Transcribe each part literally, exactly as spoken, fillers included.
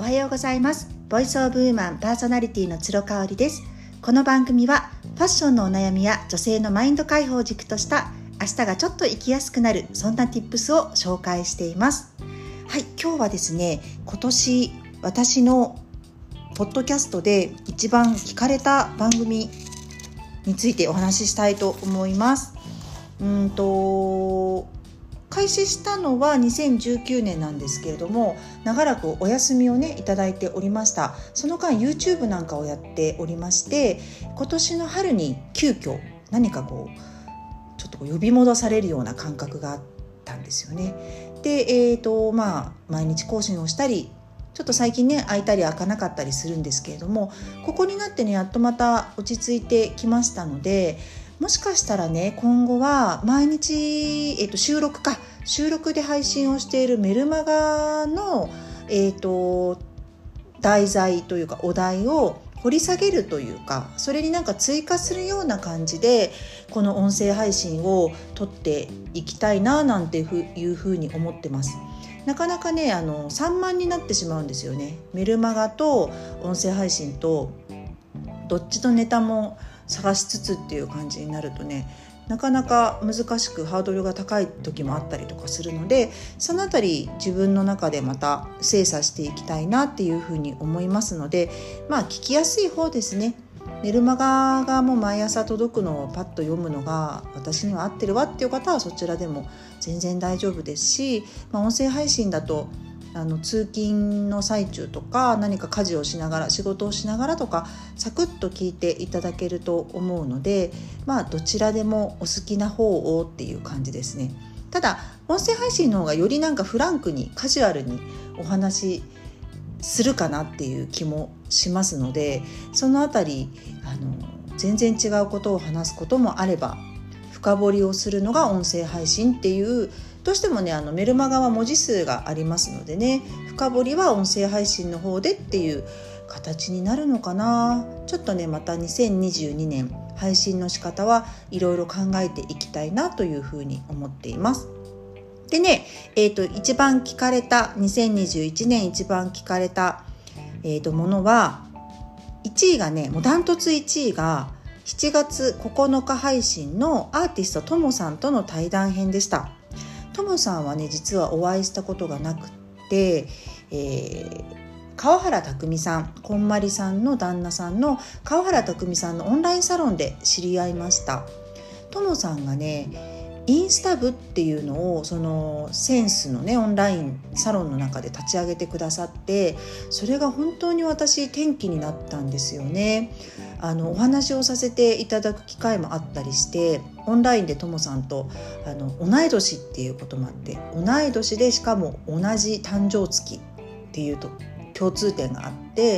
はようございます。ボイスオブウーマンパーソナリティのつろかおりです。この番組はファッションのお悩みや女性のマインド解放を軸とした明日がちょっと生きやすくなる、そんな Tips を紹介しています。はい、今日はですね、今年私のポッドキャストで一番聞かれた番組についてお話ししたいと思います。うんと開始したのはにせんじゅうきゅうねんなんですけれども、長らくお休みをねいただいておりました。その間 YouTube なんかをやっておりまして、今年の春に急遽何かこうちょっとこう呼び戻されるような感覚があったんですよね。で、えーとまあ毎日更新をしたり、ちょっと最近ね開いたり開かなかったりするんですけれども、ここになってねやっとまた落ち着いてきましたので、もしかしたらね今後は毎日、えーと収録か収録で配信をしているメルマガの、えーと題材というかお題を掘り下げるというか、それになんか追加するような感じでこの音声配信を撮っていきたいななんていうふうに思ってます。なかなかねあの散漫になってしまうんですよね。メルマガと音声配信とどっちのネタも探しつつっていう感じになるとね、なかなか難しくハードルが高い時もあったりとかするので、そのあたり自分の中でまた精査していきたいなっていうふうに思いますので、まあ聞きやすい方ですね。メルマガがもう毎朝届くのをパッと読むのが私には合ってるわっていう方はそちらでも全然大丈夫ですし、まあ、音声配信だとあの通勤の最中とか何か家事をしながら仕事をしながらとかサクッと聞いていただけると思うので、まあどちらでもお好きな方をっていう感じですね。ただ音声配信の方がよりなんかフランクにカジュアルにお話するかなっていう気もしますので、そのあたりあの全然違うことを話すこともあれば、深掘りをするのが音声配信っていう、どうしてもねあのメルマガは文字数がありますのでね、深掘りは音声配信の方でっていう形になるのかな。ちょっとねまたにせんにじゅうにねん配信の仕方はいろいろ考えていきたいなというふうに思っています。でね、えーと、一番聞かれたにせんにじゅういちねん一番聞かれた、えーと、ものはいちいがね、もうダントツいちいがしちがつここのか配信のアーティストともさんとの対談編でした。ともさんはね実はお会いしたことがなくて、えー、川原拓さん、こんまりさんの旦那さんの川原拓さんのオンラインサロンで知り合いました。ともさんがねインスタ部っていうのをそのセンスのねオンラインサロンの中で立ち上げてくださって、それが本当に私転機になったんですよね。あのお話をさせていただく機会もあったりして、オンラインでともさんとあの同い年っていうこともあって、同い年でしかも同じ誕生月っていうと共通点があって、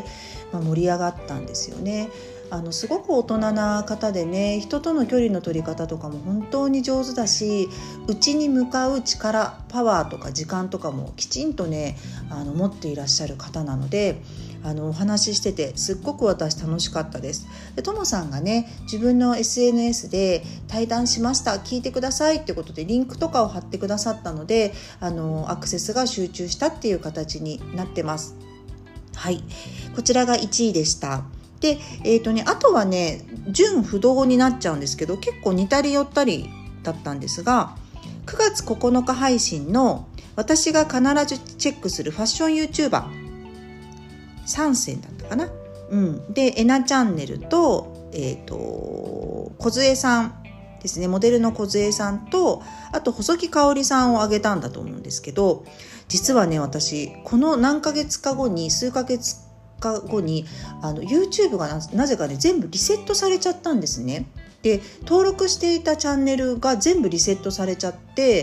まあ、盛り上がったんですよね。あのすごく大人な方でね、人との距離の取り方とかも本当に上手だし、内に向かう力、パワーとか時間とかもきちんとねあの持っていらっしゃる方なので、あのお話ししててすっごく私楽しかったです。でともさんがね自分の エスエヌエス で対談しました、聞いてくださいってことでリンクとかを貼ってくださったので、あのアクセスが集中したっていう形になってます。はい、こちらがいちいでした。で、えーとね、あとはね順不動になっちゃうんですけど、結構似たり寄ったりだったんですが、くがつここのか配信の私が必ずチェックするファッション YouTuber さんせんだったかな、うん、でエナチャンネルと、えーと梢さんですね、モデルの梢さんと、あと細木かおりさんを挙げたんだと思うんですけど、実はね私この何ヶ月か後に数ヶ月か後にあの YouTube が な, なぜかね全部リセットされちゃったんですね。で登録していたチャンネルが全部リセットされちゃって、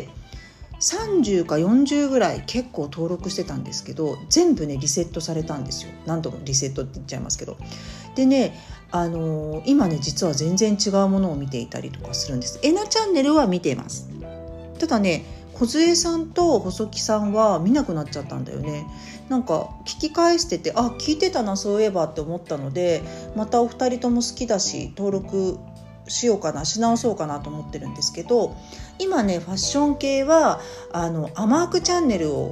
さんじゅうかよんじゅうぐらい結構登録してたんですけど、全部ねリセットされたんですよ。何度もリセットって言っちゃいますけど。でね、あのー、今ね実は全然違うものを見ていたりとかするんです。エナチャンネルは見ています。ただね梢さんと細木さんは見なくなっちゃったんだよね。なんか聞き返してて、あ聞いてたなそういえばって思ったので、またお二人とも好きだし登録しようかな、し直そうかなと思ってるんですけど、今ねファッション系はあのアマークチャンネルを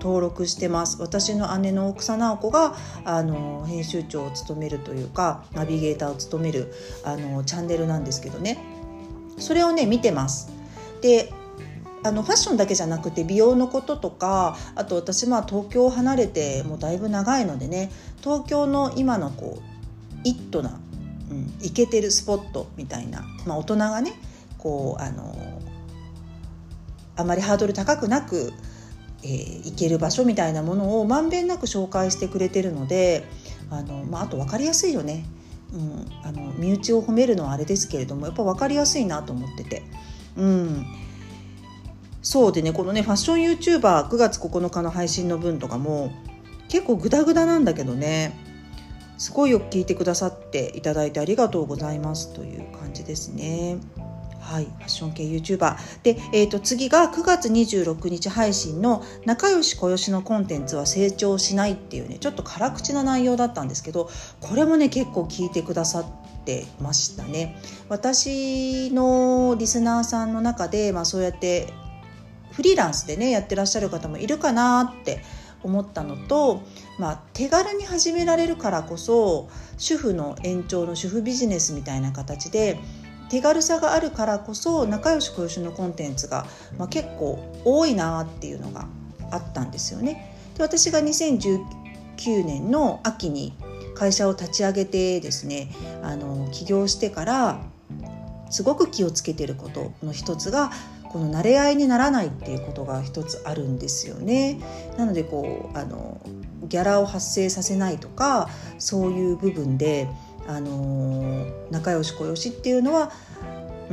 登録してます。私の姉の奥佐直子があの編集長を務めるというかナビゲーターを務めるあのチャンネルなんですけどね、それをね見てます。であのファッションだけじゃなくて美容のこととか、あと私まあ東京を離れてもうだいぶ長いのでね、東京の今のこうイットな、うん、イケてるスポットみたいな、まあ、大人がねこうあのあまりハードル高くなく、えー、行ける場所みたいなものをまんべんなく紹介してくれてるので、あの、まあ、あと分かりやすいよね、うん、あの身内を褒めるのはあれですけれどもやっぱ分かりやすいなと思ってて、うんそうでね、このねファッション YouTuber くがつここのかの配信の分とかも結構グダグダなんだけどね、すごいよく聞いてくださっていただいてありがとうございますという感じですね。はい、ファッション系 YouTuber で、えーと、次がくがつにじゅうろくにち配信の仲良し小良しのコンテンツは成長しないっていうね、ちょっと辛口な内容だったんですけど、これもね結構聞いてくださってましたね。私のリスナーさんの中で、まあ、そうやってフリーランスでねやってらっしゃる方もいるかなって思ったのと、まあ、手軽に始められるからこそ主婦の延長の主婦ビジネスみたいな形で手軽さがあるからこそ仲良し小良しのコンテンツが、まあ、結構多いなっていうのがあったんですよね。で私がにせんじゅうきゅうねんの秋に会社を立ち上げてですね、あの起業してからすごく気をつけていることの一つがこの慣れ合いにならないっていうことが一つあるんですよね。なのでこうあのギャラを発生させないとかそういう部分であの仲良し小良しっていうのは、うん、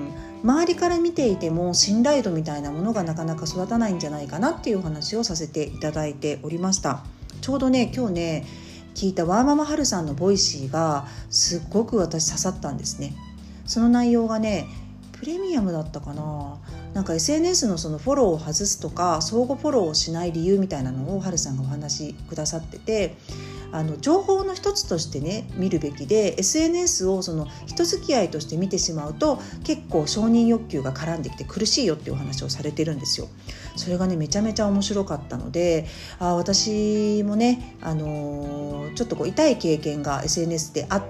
周りから見ていても信頼度みたいなものがなかなか育たないんじゃないかなっていうお話をさせていただいておりました。ちょうどね今日ね聞いたワーママハルさんのボイシーがすっごく私刺さったんですね。その内容がねプレミアムだったかな、なんか エスエヌエス のそのフォローを外すとか相互フォローをしない理由みたいなのをハルさんがお話しくださってて、あの情報の一つとしてね見るべきで エスエヌエス をその人付き合いとして見てしまうと結構承認欲求が絡んできて苦しいよっていうお話をされてるんですよ。それがねめちゃめちゃ面白かったので、あ私もね、あのー、ちょっとこう痛い経験が エスエヌエス であって、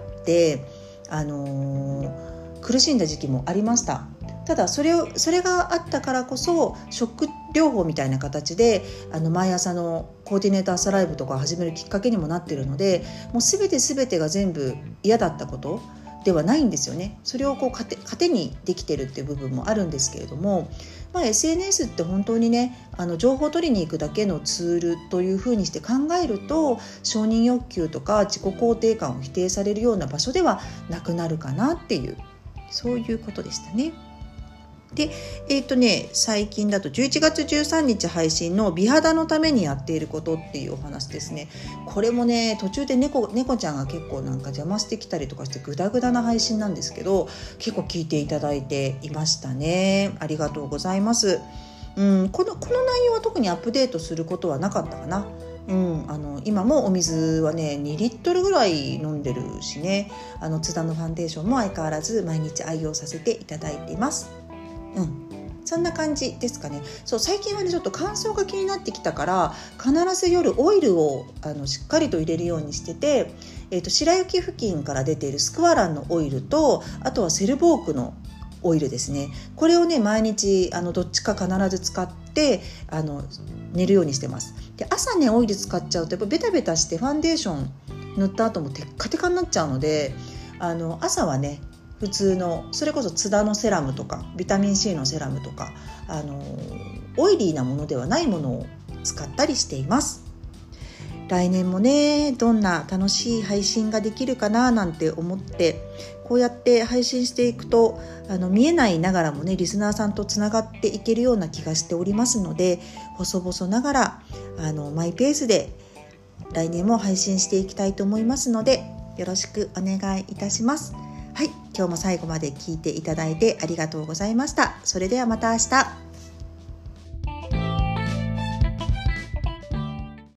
あのー苦しんだ時期もありました。ただそれをそれがあったからこそショック療法みたいな形であの毎朝のコーディネート朝ライブとかを始めるきっかけにもなっているので、もう全て全てが全部嫌だったことではないんですよね。それをこう糧、糧にできてるっていう部分もあるんですけれども、まあ、エスエヌエス って本当にねあの情報を取りに行くだけのツールというふうにして考えると承認欲求とか自己肯定感を否定されるような場所ではなくなるかなっていう、そういうことでしたね。で、えーとね、最近だとじゅういちがつじゅうさんにち配信の美肌のためにやっていることっていうお話ですね。これもね途中で猫、猫ちゃんが結構なんか邪魔してきたりとかしてグダグダな配信なんですけど、結構聞いていただいていましたね。ありがとうございます。うん、この、この内容は特にアップデートすることはなかったかな。うん、あの今もお水はねにリットルぐらい飲んでるしね、あの津田のファンデーションも相変わらず毎日愛用させていただいています。うん、そんな感じですかね。そう最近はねちょっと乾燥が気になってきたから必ず夜オイルをあのしっかりと入れるようにしてて、えーと、白雪付近から出ているスクワランのオイルとあとはセルボークのオイルですね。これをね毎日あのどっちか必ず使ってあの寝るようにしてます。で朝ねオイル使っちゃうとやっぱベタベタしてファンデーション塗った後もテッカテカになっちゃうので、あの朝はね普通のそれこそ津田のセラムとかビタミン C のセラムとかあのオイリーなものではないものを使ったりしています。来年もねどんな楽しい配信ができるかななんて思ってこうやって配信していくとあの見えないながらもねリスナーさんとつながっていけるような気がしておりますので、細々ながらあのマイペースで来年も配信していきたいと思いますのでよろしくお願いいたします。はい、今日も最後まで聞いていただいてありがとうございました。それではまた明日。